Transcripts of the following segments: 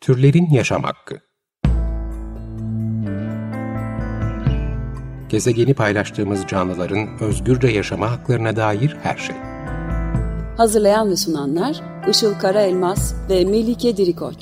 Türlerin Yaşam Hakkı. Gezegeni paylaştığımız canlıların özgürce yaşama haklarına dair her şey. Hazırlayan ve sunanlar Işıl Karaelmaz ve Melike Dirikoç.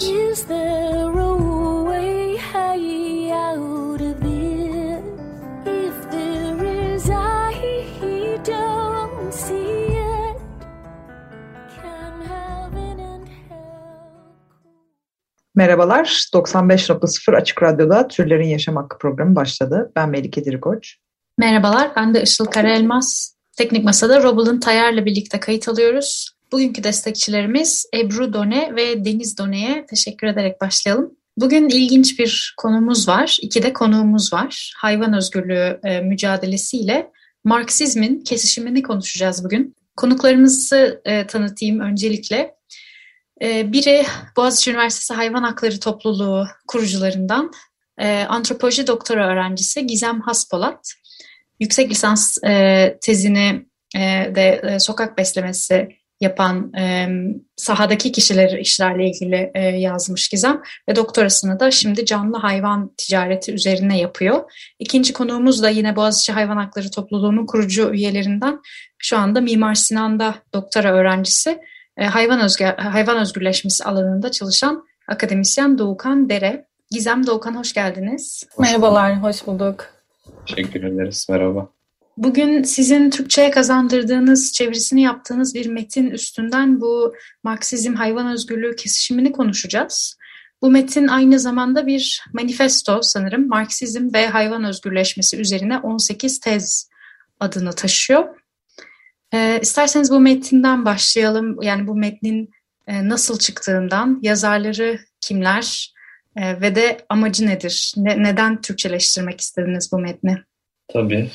Merhabalar, 95.0 Açık Radyo'da Türlerin Yaşam Hakkı programı başladı. Ben Melike Dirikoç. Merhabalar, ben de Işıl Karaelmaz. Teknik Masa'da Robal'ın Tayar'la birlikte kayıt alıyoruz. Bugünkü destekçilerimiz Ebru Done ve Deniz Done'ye teşekkür ederek başlayalım. Bugün ilginç bir konumuz var, iki de konuğumuz var. Hayvan özgürlüğü mücadelesiyle Marksizmin kesişimini konuşacağız bugün. Konuklarımızı tanıtayım öncelikle. Biri Boğaziçi Üniversitesi Hayvan Hakları Topluluğu kurucularından antropoloji doktora öğrencisi Gizem Haspolat. Yüksek lisans tezini de sokak beslemesi yapan sahadaki işlerle ilgili yazmış Gizem ve doktorasını da şimdi canlı hayvan ticareti üzerine yapıyor. İkinci konuğumuz da yine Boğaziçi Hayvan Hakları Topluluğu'nun kurucu üyelerinden, şu anda Mimar Sinan'da doktora öğrencisi, hayvan özgürleşmesi alanında çalışan akademisyen Doğukan Dere. Gizem, Doğukan, hoş geldiniz. Merhabalar, hoş bulduk. Teşekkür ederiz, merhaba. Bugün sizin Türkçe'ye kazandırdığınız, çevirisini yaptığınız bir metin üstünden bu Marksizm hayvan özgürlüğü kesişimini konuşacağız. Bu metin aynı zamanda bir manifesto sanırım. Marksizm ve hayvan özgürleşmesi üzerine 18 tez adını taşıyor. İsterseniz bu metinden başlayalım. Yani bu metnin nasıl çıktığından, yazarları kimler ve de amacı nedir? Neden Türkçeleştirmek istediniz bu metni? Tabii.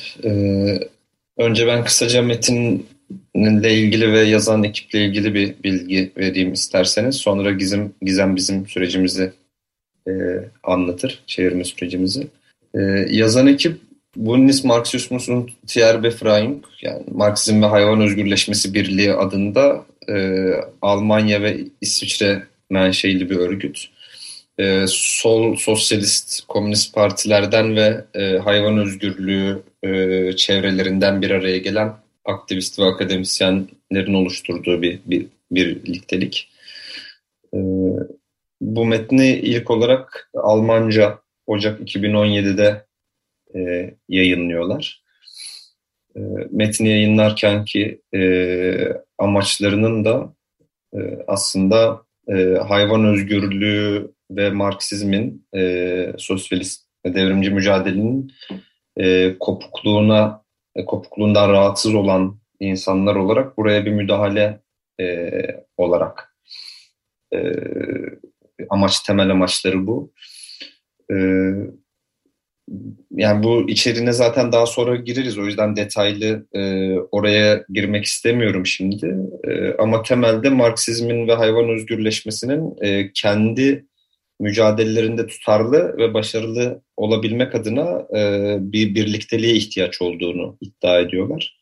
Önce ben kısaca metinle ilgili ve yazan ekiple ilgili bir bilgi vereyim isterseniz. Sonra Gizem bizim sürecimizi anlatır, çevirme sürecimizi. Yazan ekip Bündnis Marxismus und Tierbefreiung, yani Marksizm ve Hayvan Özgürleşmesi Birliği adında Almanya ve İsviçre menşeili bir örgüt. Sol, sosyalist, komünist partilerden ve hayvan özgürlüğü çevrelerinden bir araya gelen aktivist ve akademisyenlerin oluşturduğu bir birliktelik. Bu metni ilk olarak Almanca Ocak 2017'de yayınlıyorlar. Metni yayınlarken ki amaçlarının da aslında hayvan özgürlüğü ve Marksizmin sosyalist ve devrimci mücadelenin kopukluğundan rahatsız olan insanlar olarak buraya bir müdahale olarak temel amaçları bu. Yani bu içeriğine zaten daha sonra gireriz. O yüzden detaylı oraya girmek istemiyorum şimdi. Ama temelde Marksizmin ve hayvan özgürleşmesinin kendi mücadelelerinde tutarlı ve başarılı olabilmek adına bir birlikteliğe ihtiyaç olduğunu iddia ediyorlar.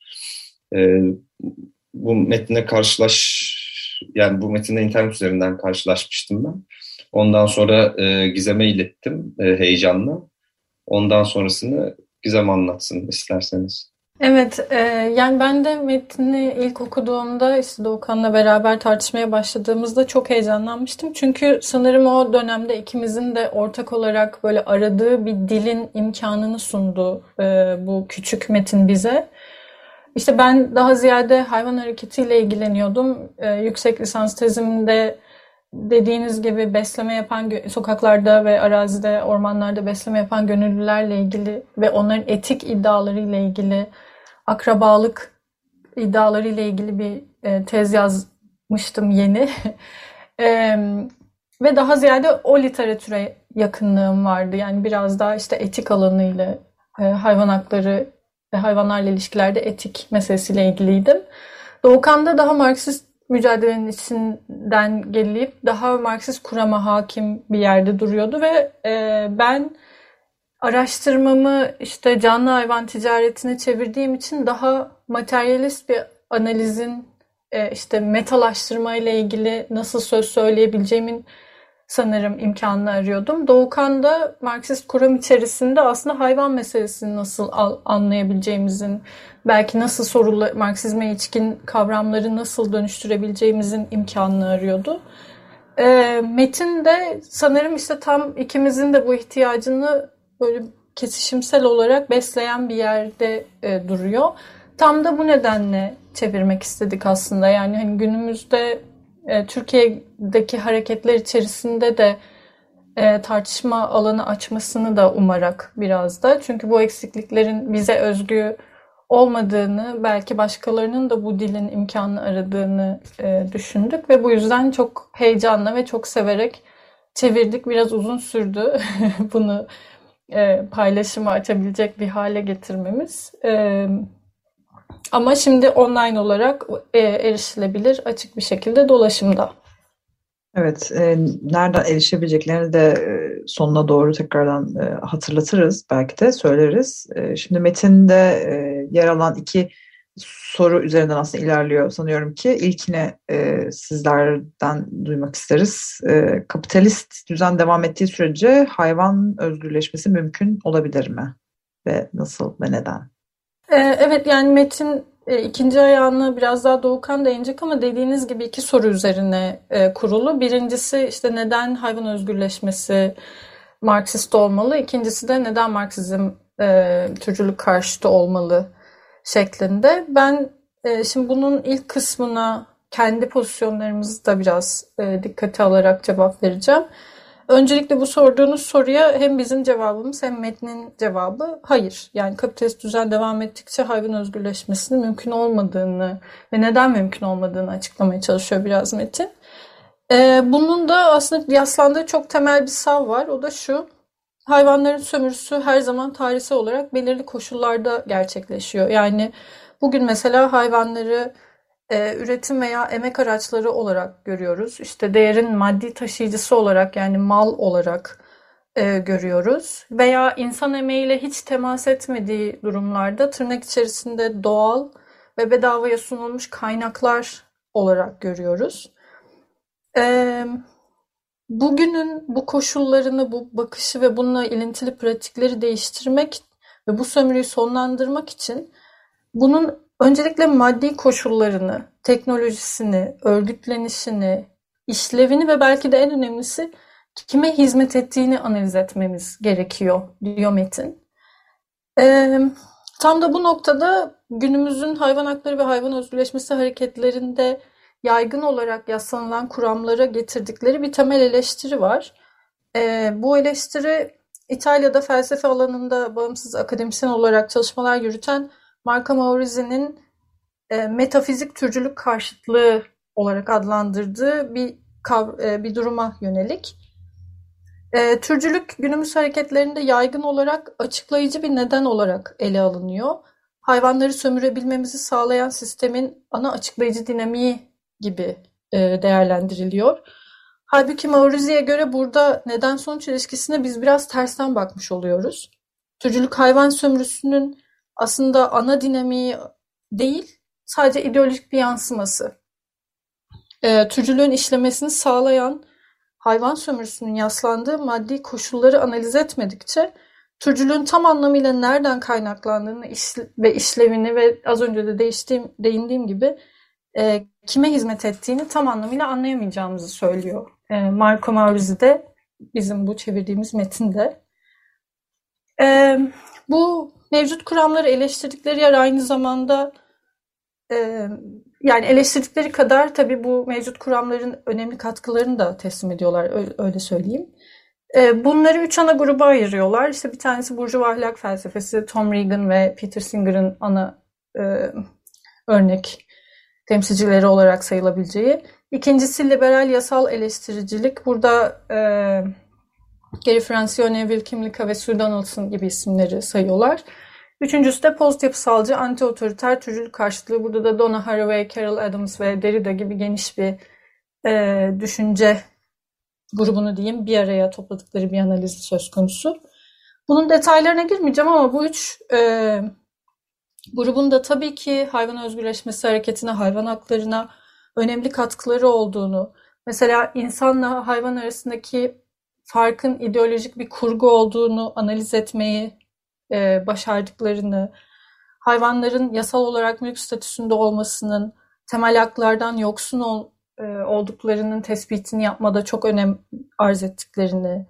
Bu metinle bu metinle internet üzerinden karşılaşmıştım ben. Ondan sonra Gizem'e ilettim heyecanla. Ondan sonrasını Gizem anlatsın isterseniz. Evet, yani ben de metni ilk okuduğumda, işte Doğukan'la beraber tartışmaya başladığımızda çok heyecanlanmıştım. Çünkü sanırım o dönemde ikimizin de ortak olarak böyle aradığı bir dilin imkanını sundu bu küçük metin bize. İşte ben daha ziyade hayvan hareketiyle ilgileniyordum. Yüksek lisans tezimde dediğiniz gibi besleme yapan, sokaklarda ve arazide, ormanlarda besleme yapan gönüllülerle ilgili ve onların etik iddialarıyla ilgili, akrabalık iddialarıyla ilgili bir tez yazmıştım yeni. Ve daha ziyade o literatüre yakınlığım vardı. Yani biraz daha işte etik alanıyla, hayvan hakları ve hayvanlarla ilişkilerde etik meselesiyle ilgiliydim. Doğukan'da daha Marksist mücadelenin içinden gelip daha Marksist kurama hakim bir yerde duruyordu ve ben araştırmamı işte canlı hayvan ticaretine çevirdiğim için daha materyalist bir analizin işte metalaştırma ile ilgili nasıl söz söyleyebileceğimin sanırım imkanını arıyordum. Doğukan da Marksist kuram içerisinde aslında hayvan meselesini nasıl anlayabileceğimizin, belki nasıl sorular, Marksizme ilişkin kavramları nasıl dönüştürebileceğimizin imkanını arıyordu. Metin de sanırım işte tam ikimizin de bu ihtiyacını böyle kesişimsel olarak besleyen bir yerde duruyor. Tam da bu nedenle çevirmek istedik aslında. Yani hani günümüzde Türkiye'deki hareketler içerisinde de tartışma alanı açmasını da umarak biraz da. Çünkü bu eksikliklerin bize özgü olmadığını, belki başkalarının da bu dilin imkanını aradığını düşündük ve bu yüzden çok heyecanla ve çok severek çevirdik. Biraz uzun sürdü bunu paylaşıma açabilecek bir hale getirmemiz. Ama şimdi online olarak erişilebilir, açık bir şekilde dolaşımda. Evet, nereden erişebileceklerini de sonuna doğru tekrardan hatırlatırız, belki de söyleriz. Şimdi metinde yer alan 2 soru üzerinden aslında ilerliyor sanıyorum ki. İlkine sizlerden duymak isteriz. Kapitalist düzen devam ettiği sürece hayvan özgürleşmesi mümkün olabilir mi? Ve nasıl ve neden? Evet, yani metin ikinci ayağını biraz daha Doğukan değinecek ama dediğiniz gibi 2 soru üzerine kurulu. Birincisi işte neden hayvan özgürleşmesi Marksist olmalı? İkincisi de neden Marksizm türcülük karşıtı olmalı şeklinde. Ben şimdi bunun ilk kısmına kendi pozisyonlarımızı da biraz dikkate alarak cevap vereceğim. Öncelikle bu sorduğunuz soruya hem bizim cevabımız hem metnin cevabı hayır. Yani kapitalist düzen devam ettikçe hayvan özgürleşmesinin mümkün olmadığını ve neden mümkün olmadığını açıklamaya çalışıyor biraz metin. Bunun da aslında yaslandığı çok temel bir sav var. O da şu: hayvanların sömürüsü her zaman tarihsel olarak belirli koşullarda gerçekleşiyor. Yani bugün mesela hayvanları üretim veya emek araçları olarak görüyoruz. İşte değerin maddi taşıyıcısı olarak, yani mal olarak görüyoruz. Veya insan emeğiyle hiç temas etmediği durumlarda tırnak içerisinde doğal ve bedavaya sunulmuş kaynaklar olarak görüyoruz. Bugünün bu koşullarını, bu bakışı ve bununla ilintili pratikleri değiştirmek ve bu sömürüyü sonlandırmak için bunun öncelikle maddi koşullarını, teknolojisini, örgütlenişini, işlevini ve belki de en önemlisi kime hizmet ettiğini analiz etmemiz gerekiyor diyor metin. Tam da bu noktada günümüzün hayvan hakları ve hayvan özgürleşmesi hareketlerinde yaygın olarak yaslanılan kuramlara getirdikleri bir temel eleştiri var. Bu eleştiri İtalya'da felsefe alanında bağımsız akademisyen olarak çalışmalar yürüten Marco Maurizi'nin metafizik türcülük karşıtlığı olarak adlandırdığı bir duruma yönelik. Türcülük günümüz hareketlerinde yaygın olarak açıklayıcı bir neden olarak ele alınıyor. Hayvanları sömürebilmemizi sağlayan sistemin ana açıklayıcı dinamiği gibi değerlendiriliyor. Halbuki Maurizi'ye göre burada neden-sonuç ilişkisine biz biraz tersten bakmış oluyoruz. Türcülük hayvan sömürüsünün aslında ana dinamiği değil, sadece ideolojik bir yansıması. Türcülüğün işlemesini sağlayan hayvan sömürüsünün yaslandığı maddi koşulları analiz etmedikçe türcülüğün tam anlamıyla nereden kaynaklandığını ve işlevini ve az önce de değindiğim gibi kime hizmet ettiğini tam anlamıyla anlayamayacağımızı söylüyor Marco Maurizi de, bizim bu çevirdiğimiz metinde. Bu mevcut kuramları eleştirdikleri yer aynı zamanda yani eleştirdikleri kadar tabii bu mevcut kuramların önemli katkılarını da teslim ediyorlar, öyle söyleyeyim. Bunları 3 ana gruba ayırıyorlar. İşte bir tanesi burjuva ahlak felsefesi, Tom Regan ve Peter Singer'ın ana örnek temsilcileri olarak sayılabileceği. İkincisi liberal yasal eleştiricilik. Burada Gary Francione, Wilhelm Lica ve Sue Donaldson gibi isimleri sayıyorlar. Üçüncüsü de post yapısalcı, anti-otoriter türcülük karşıtlığı. Burada da Donna Haraway, Carol Adams ve Derrida gibi geniş bir düşünce grubunu diyeyim bir araya topladıkları bir analiz söz konusu. Bunun detaylarına girmeyeceğim ama bu 3 grubun da tabii ki hayvan özgürleşmesi hareketine, hayvan haklarına önemli katkıları olduğunu, Mesela insanla hayvan arasındaki farkın ideolojik bir kurgu olduğunu analiz etmeyi başardıklarını, hayvanların yasal olarak mülk statüsünde olmasının temel haklardan yoksun olduklarının tespitini yapmada çok önem arz ettiklerini,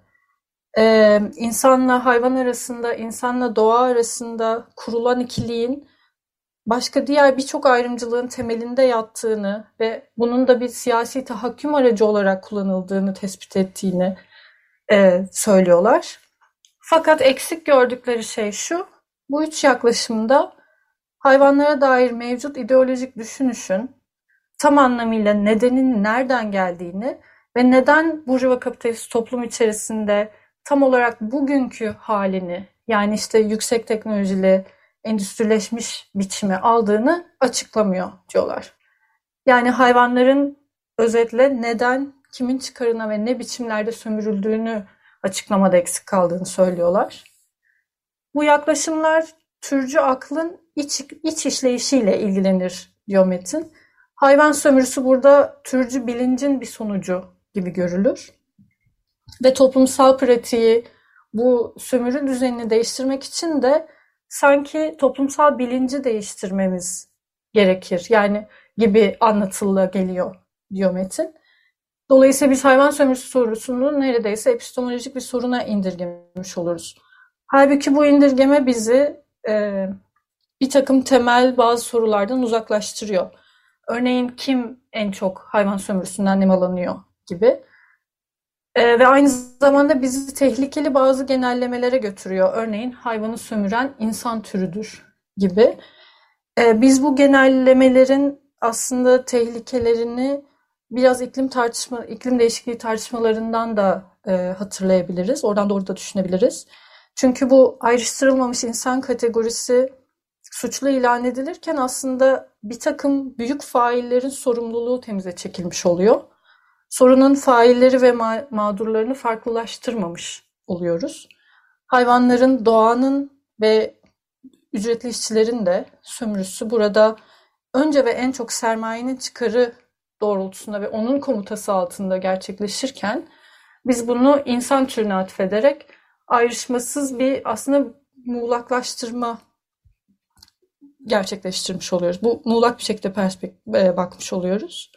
insanla hayvan arasında, insanla doğa arasında kurulan ikiliğin başka diğer birçok ayrımcılığın temelinde yattığını ve bunun da bir siyasi tahakküm aracı olarak kullanıldığını tespit ettiğini söylüyorlar. Fakat eksik gördükleri şey şu, bu üç yaklaşımda hayvanlara dair mevcut ideolojik düşünüşün tam anlamıyla nedeninin nereden geldiğini ve neden burjuva kapitalist toplum içerisinde tam olarak bugünkü halini, yani işte yüksek teknolojili, endüstrileşmiş biçimi aldığını açıklamıyor diyorlar. Yani hayvanların özetle neden, kimin çıkarına ve ne biçimlerde sömürüldüğünü açıklamada eksik kaldığını söylüyorlar. Bu yaklaşımlar türcü aklın iç işleyişiyle ilgilenir diyor Metin. Hayvan sömürüsü burada türcü bilincin bir sonucu gibi görülür. Ve toplumsal pratiği, bu sömürü düzenini değiştirmek için de sanki toplumsal bilinci değiştirmemiz gerekir. Yani gibi anlatıla geliyor diyor Metin. Dolayısıyla biz hayvan sömürüsü sorusunu neredeyse epistemolojik bir soruna indirgemiş oluruz. Halbuki bu indirgeme bizi bir takım temel bazı sorulardan uzaklaştırıyor. Örneğin kim en çok hayvan sömürüsünden nemalanıyor gibi. Ve aynı zamanda bizi tehlikeli bazı genellemelere götürüyor. Örneğin hayvanı sömüren insan türüdür gibi. Biz bu genellemelerin aslında tehlikelerini biraz iklim değişikliği tartışmalarından da hatırlayabiliriz. Oradan doğru da düşünebiliriz. Çünkü bu ayrıştırılmamış insan kategorisi suçlu ilan edilirken aslında bir takım büyük faillerin sorumluluğu temize çekilmiş oluyor. Sorunun failleri ve mağdurlarını farklılaştırmamış oluyoruz. Hayvanların, doğanın ve ücretli işçilerin de sömürüsü burada önce ve en çok sermayenin çıkarı doğrultusunda ve onun komutası altında gerçekleşirken biz bunu insan türüne atfederek ayrışmasız bir aslında muğlaklaştırma gerçekleştirmiş oluyoruz. Bu muğlak bir şekilde bakmış oluyoruz.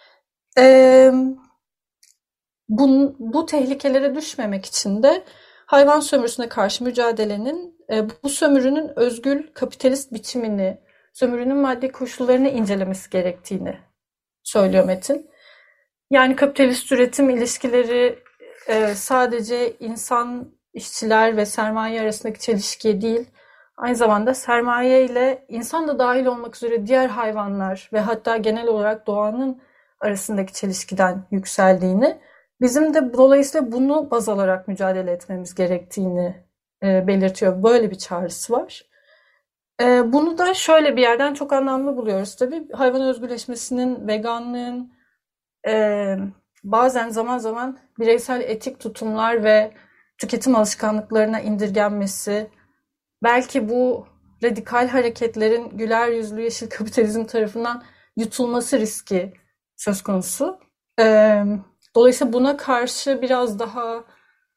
Bu tehlikelere düşmemek için de hayvan sömürüsüne karşı mücadelenin bu sömürünün özgül kapitalist biçimini, sömürünün maddi koşullarını incelemesi gerektiğini söylüyor Metin. Yani kapitalist üretim ilişkileri sadece insan, işçiler ve sermaye arasındaki çelişkiye değil, aynı zamanda sermaye ile insan da dahil olmak üzere diğer hayvanlar ve hatta genel olarak doğanın arasındaki çelişkiden yükseldiğini, bizim de dolayısıyla bunu baz alarak mücadele etmemiz gerektiğini belirtiyor. Böyle bir çağrısı var. Bunu da şöyle bir yerden çok anlamlı buluyoruz tabii. Hayvan özgürleşmesinin, veganlığın bazen zaman zaman bireysel etik tutumlar ve tüketim alışkanlıklarına indirgenmesi, belki bu radikal hareketlerin güler yüzlü yeşil kapitalizm tarafından yutulması riski söz konusu. Dolayısıyla buna karşı biraz daha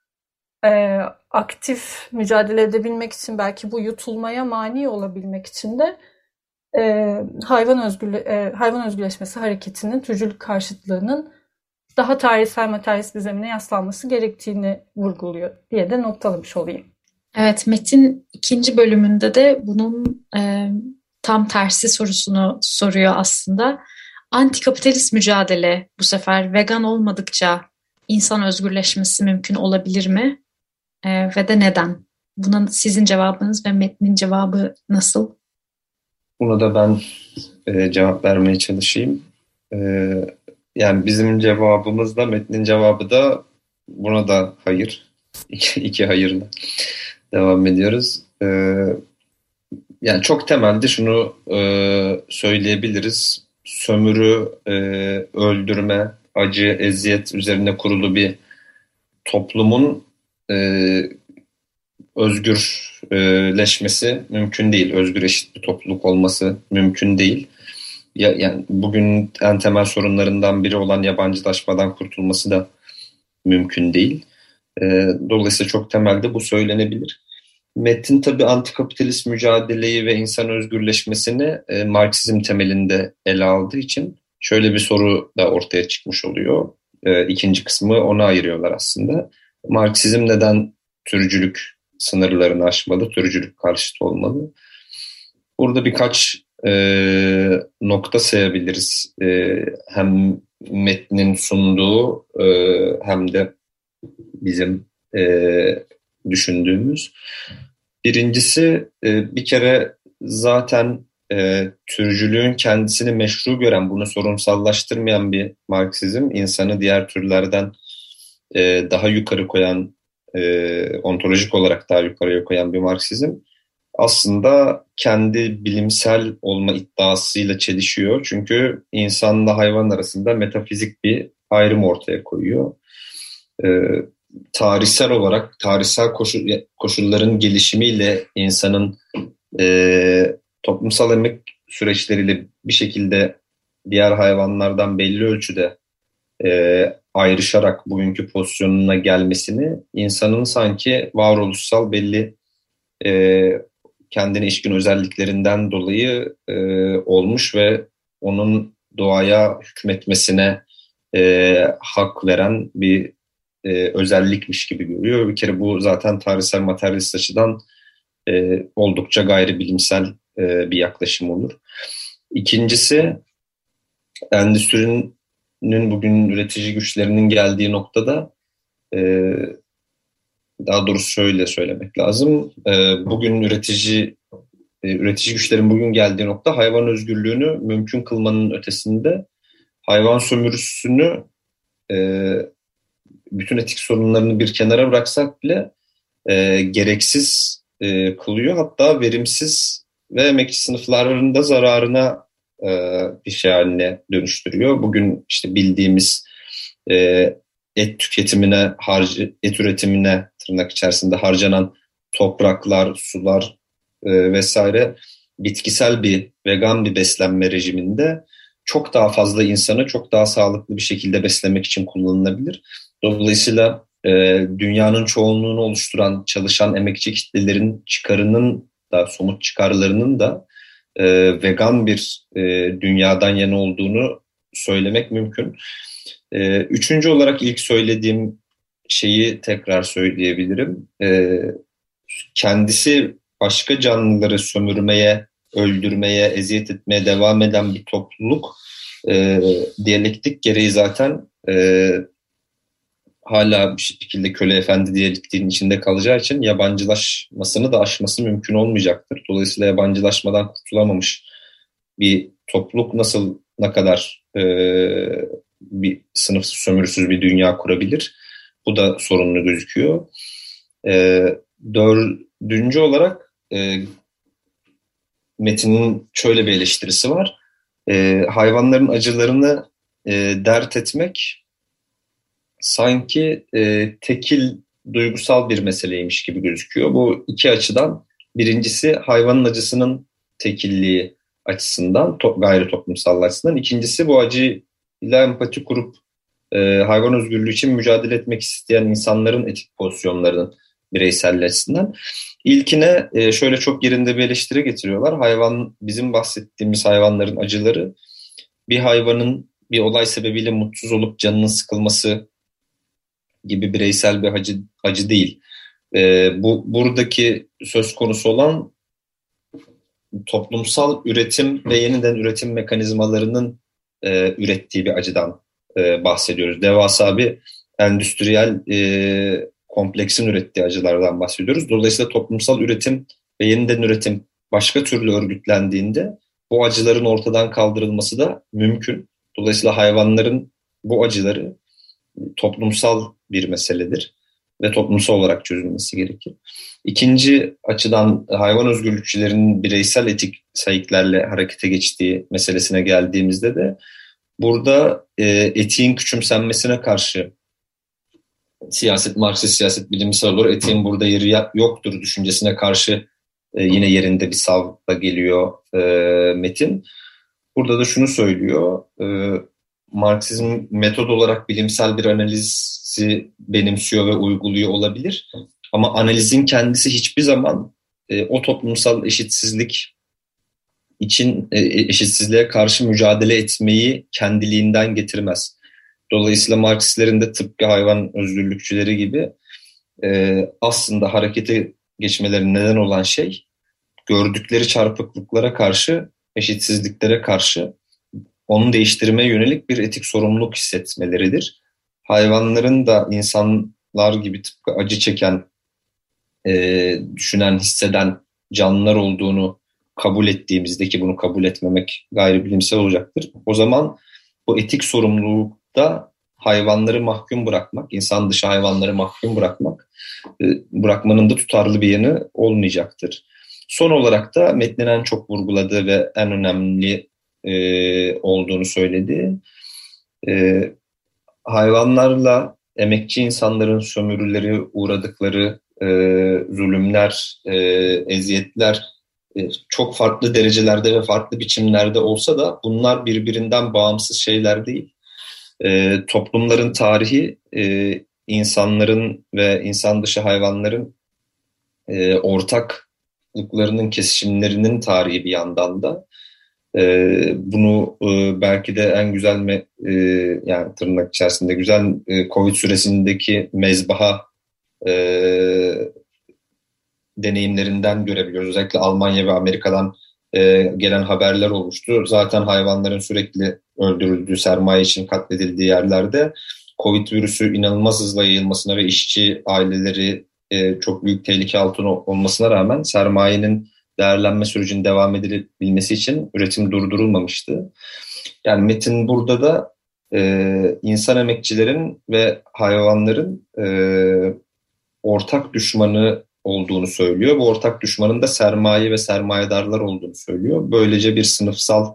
aktif mücadele edebilmek için, belki bu yutulmaya mani olabilmek için de hayvan özgürleşmesi hareketinin türcülük karşıtlığının daha tarihsel materyalist bir zemine yaslanması gerektiğini vurguluyor diye de noktalamış olayım. Evet, Metin ikinci bölümünde de bunun tam tersi sorusunu soruyor aslında. Antikapitalist mücadele bu sefer vegan olmadıkça insan özgürleşmesi mümkün olabilir mi? Ve de neden? Buna sizin cevabınız ve Metin'in cevabı nasıl? Buna da ben cevap vermeye çalışayım. Yani bizim cevabımız da Metin'in cevabı da buna da hayır. İki hayırla devam ediyoruz. Yani çok temelde şunu söyleyebiliriz. Sömürü, öldürme, acı, eziyet üzerine kurulu bir toplumun özgürleşmesi mümkün değil. Özgür eşit bir topluluk olması mümkün değil. yani bugün en temel sorunlarından biri olan yabancılaşmadan kurtulması da mümkün değil. Dolayısıyla çok temelde bu söylenebilir. Metin tabii antikapitalist mücadeleyi ve insan özgürleşmesini Marksizm temelinde ele aldığı için şöyle bir soru da ortaya çıkmış oluyor. İkinci kısmı ona ayırıyorlar aslında. Marksizm neden türcülük sınırlarını aşmalı, türcülük karşıtı olmalı? Burada birkaç nokta sayabiliriz. Hem metnin sunduğu hem de bizim düşündüğümüz. Birincisi bir kere zaten türcülüğün kendisini meşru gören, bunu sorunsallaştırmayan bir Marksizm, insanı diğer türlerden daha yukarı koyan, ontolojik olarak daha yukarıya koyan bir Marksizm aslında kendi bilimsel olma iddiasıyla çelişiyor. Çünkü insanla hayvan arasında metafizik bir ayrım ortaya koyuyor. Tarihsel olarak tarihsel koşulların gelişimiyle insanın toplumsal emek süreçleriyle bir şekilde diğer hayvanlardan belli ölçüde ayrışarak bugünkü pozisyonuna gelmesini insanın sanki varoluşsal belli kendine ilişkin özelliklerinden dolayı olmuş ve onun doğaya hükmetmesine hak veren bir özellikmiş gibi görüyor. Bir kere bu zaten tarihsel materyalist açıdan oldukça gayri bilimsel bir yaklaşım olur. İkincisi, endüstrinin bugün üretici güçlerinin geldiği noktada daha doğrusu şöyle söylemek lazım. Bugün üretici güçlerin bugün geldiği nokta hayvan özgürlüğünü mümkün kılmanın ötesinde hayvan sömürüsünü bütün etik sorunlarını bir kenara bıraksak bile gereksiz kılıyor. Hatta verimsiz ve emekçi sınıfların da zararına bir şey haline dönüştürüyor. Bugün işte bildiğimiz et tüketimine, et üretimine tırnak içerisinde harcanan topraklar, sular vesaire bitkisel bir, vegan bir beslenme rejiminde çok daha fazla insanı çok daha sağlıklı bir şekilde beslemek için kullanılabilir. Dolayısıyla dünyanın çoğunluğunu oluşturan çalışan emekçi kitlelerin çıkarının da, somut çıkarlarının da vegan bir dünyadan yana olduğunu söylemek mümkün. Üçüncü olarak ilk söylediğim şeyi tekrar söyleyebilirim. Kendisi başka canlıları sömürmeye, öldürmeye, eziyet etmeye devam eden bir topluluk diyalektik gereği zaten hala bir şekilde köle efendi diyalektiğinin içinde kalacağı için yabancılaşmasını da aşması mümkün olmayacaktır. Dolayısıyla yabancılaşmadan kurtulamamış bir topluluk ne kadar bir sınıfsız sömürüsüz bir dünya kurabilir? Bu da sorunlu gözüküyor. Dördüncü olarak Metin'in şöyle bir eleştirisi var. Hayvanların acılarını dert etmek sanki tekil duygusal bir meseleymiş gibi gözüküyor. Bu iki açıdan. Birincisi hayvanın acısının tekilliği açısından, gayri toplumsal açısından. İkincisi bu acıyla empati kurup hayvan özgürlüğü için mücadele etmek isteyen insanların etik pozisyonlarının bireysel açısından. İlkine şöyle çok yerinde bir eleştiri getiriyorlar. Bizim bahsettiğimiz hayvanların acıları bir hayvanın bir olay sebebiyle mutsuz olup canının sıkılması gibi bireysel bir acı değil. Buradaki söz konusu olan toplumsal üretim ve yeniden üretim mekanizmalarının ürettiği bir acıdan bahsediyoruz. Devasa bir endüstriyel kompleksin ürettiği acılardan bahsediyoruz. Dolayısıyla toplumsal üretim ve yeniden üretim başka türlü örgütlendiğinde bu acıların ortadan kaldırılması da mümkün. Dolayısıyla hayvanların bu acıları toplumsal bir meseledir ve toplumsal olarak çözülmesi gerekir. İkinci açıdan hayvan özgürlükçülerinin bireysel etik sayıklarla harekete geçtiği meselesine geldiğimizde de burada etiğin küçümsenmesine karşı Marksist siyaset bilimsel olarak etiğin burada yeri yoktur düşüncesine karşı yine yerinde bir savla geliyor Metin. Burada da şunu söylüyor, Marksizm metod olarak bilimsel bir analizi benimsiyor ve uyguluyor olabilir. Ama analizin kendisi hiçbir zaman o toplumsal eşitsizlik için eşitsizliğe karşı mücadele etmeyi kendiliğinden getirmez. Dolayısıyla Marksistlerin de tıpkı hayvan özgürlükçüleri gibi aslında harekete geçmelerine neden olan şey gördükleri çarpıklıklara karşı, eşitsizliklere karşı onu değiştirmeye yönelik bir etik sorumluluk hissetmeleridir. Hayvanların da insanlar gibi tıpkı acı çeken, düşünen, hisseden canlılar olduğunu kabul ettiğimizde, ki bunu kabul etmemek gayri bilimsel olacaktır, o zaman bu etik sorumlulukta hayvanları mahkum bırakmak, insan dışı hayvanları mahkum bırakmanın da tutarlı bir yanı olmayacaktır. Son olarak da metnin en çok vurguladığı ve en önemli olduğunu söyledi. Hayvanlarla emekçi insanların sömürüleri, uğradıkları zulümler, eziyetler çok farklı derecelerde ve farklı biçimlerde olsa da bunlar birbirinden bağımsız şeyler değil. Toplumların tarihi insanların ve insan dışı hayvanların ortaklıklarının kesişimlerinin tarihi bir yandan da. Bunu belki de en güzel yani tırnak içerisinde güzel Covid süresindeki mezbaha deneyimlerinden görebiliyoruz. Özellikle Almanya ve Amerika'dan gelen haberler olmuştu. Zaten hayvanların sürekli öldürüldüğü, sermaye için katledildiği yerlerde Covid virüsü inanılmaz hızla yayılmasına ve işçi aileleri çok büyük tehlike altında olmasına rağmen sermayenin değerlenme sürecinin devam edilebilmesi için üretim durdurulmamıştı. Yani metin burada da insan emekçilerin ve hayvanların ortak düşmanı olduğunu söylüyor. Bu ortak düşmanın da sermaye ve sermayedarlar olduğunu söylüyor. Böylece bir sınıfsal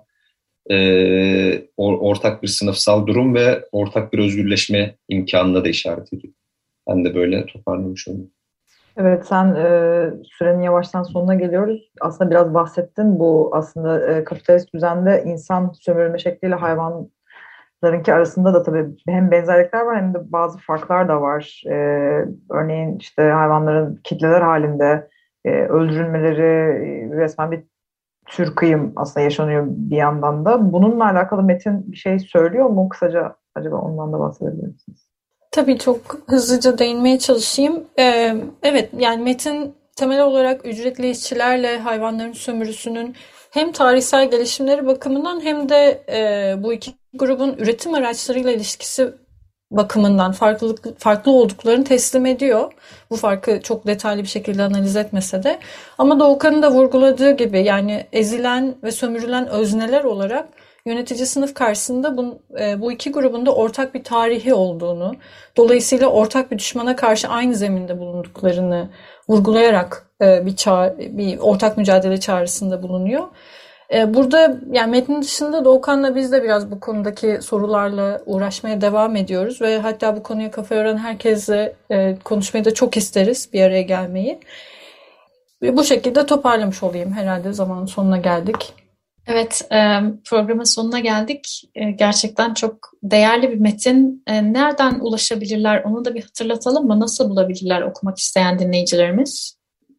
ortak bir sınıfsal durum ve ortak bir özgürleşme imkanına da işaret ediyor. Ben de böyle toparlamış oldum. Evet, sen sürenin yavaştan sonuna geliyoruz. Aslında biraz bahsettin. Bu aslında kapitalist düzende insan sömürülme şekliyle hayvanlarınki arasında da tabii hem benzerlikler var hem de bazı farklar da var. Örneğin işte hayvanların kitleler halinde öldürülmeleri resmen bir tür kıyım aslında yaşanıyor bir yandan da. Bununla alakalı metin bir şey söylüyor mu? Kısaca acaba ondan da bahsedebilir misiniz? Tabii çok hızlıca değinmeye çalışayım. Evet, yani metin temel olarak ücretli işçilerle hayvanların sömürüsünün hem tarihsel gelişimleri bakımından hem de bu iki grubun üretim araçlarıyla ilişkisi bakımından farklı olduklarını teslim ediyor. Bu farkı çok detaylı bir şekilde analiz etmese de. Ama Doğukan'ın da vurguladığı gibi yani ezilen ve sömürülen özneler olarak yönetici sınıf karşısında bu iki grubun da ortak bir tarihi olduğunu, dolayısıyla ortak bir düşmana karşı aynı zeminde bulunduklarını vurgulayarak bir ortak mücadele çağrısında bulunuyor. Burada yani metnin dışında Doğukan'la biz de biraz bu konudaki sorularla uğraşmaya devam ediyoruz ve hatta bu konuya kafa yoran herkesle konuşmayı da çok isteriz, bir araya gelmeyi. Ve bu şekilde toparlamış olayım, herhalde zamanın sonuna geldik. Evet, programın sonuna geldik. Gerçekten çok değerli bir metin. Nereden ulaşabilirler onu da bir hatırlatalım mı? Nasıl bulabilirler okumak isteyen dinleyicilerimiz?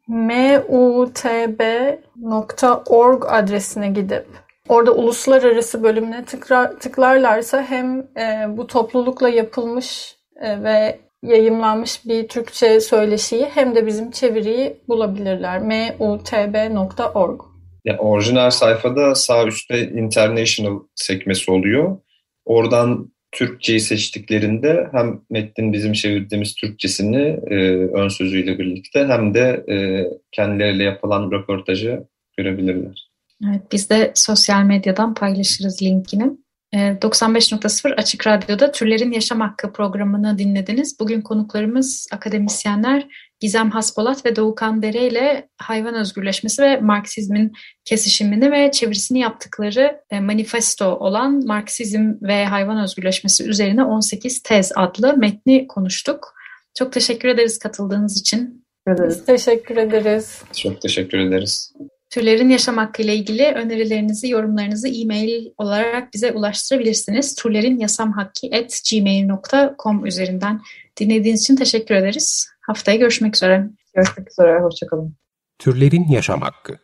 mutb.org adresine gidip orada uluslararası bölümüne tıklarlarsa hem bu toplulukla yapılmış ve yayımlanmış bir Türkçe söyleşiyi hem de bizim çeviriyi bulabilirler. mutb.org. Yani orijinal sayfada sağ üstte International sekmesi oluyor. Oradan Türkçeyi seçtiklerinde hem metnin bizim çevirdiğimiz Türkçesini ön sözüyle birlikte hem de kendileriyle yapılan röportajı görebilirler. Evet, biz de sosyal medyadan paylaşırız linkini. 95.0 Açık Radyo'da Türlerin Yaşam Hakkı programını dinlediniz. Bugün konuklarımız akademisyenler Gizem Haspolat ve Doğukan Dere ile hayvan özgürleşmesi ve Marksizmin kesişimini ve çevirisini yaptıkları manifesto olan Marksizm ve Hayvan Özgürleşmesi üzerine 18 tez adlı metni konuştuk. Çok teşekkür ederiz katıldığınız için. Biz teşekkür ederiz. Çok teşekkür ederiz. Türlerin yaşam hakkı ile ilgili önerilerinizi, yorumlarınızı e-mail olarak bize ulaştırabilirsiniz. turlerinyasamhakki@gmail.com üzerinden. Dinlediğiniz için teşekkür ederiz. Haftaya görüşmek üzere. Görüşmek üzere, hoşçakalın. Türlerin yaşam hakkı.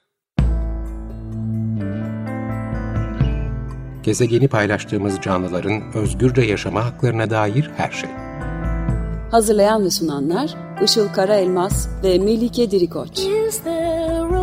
Gezegeni paylaştığımız canlıların özgürce yaşama haklarına dair her şey. Hazırlayan ve sunanlar Işıl Karaelmaz ve Melike Dirikoç.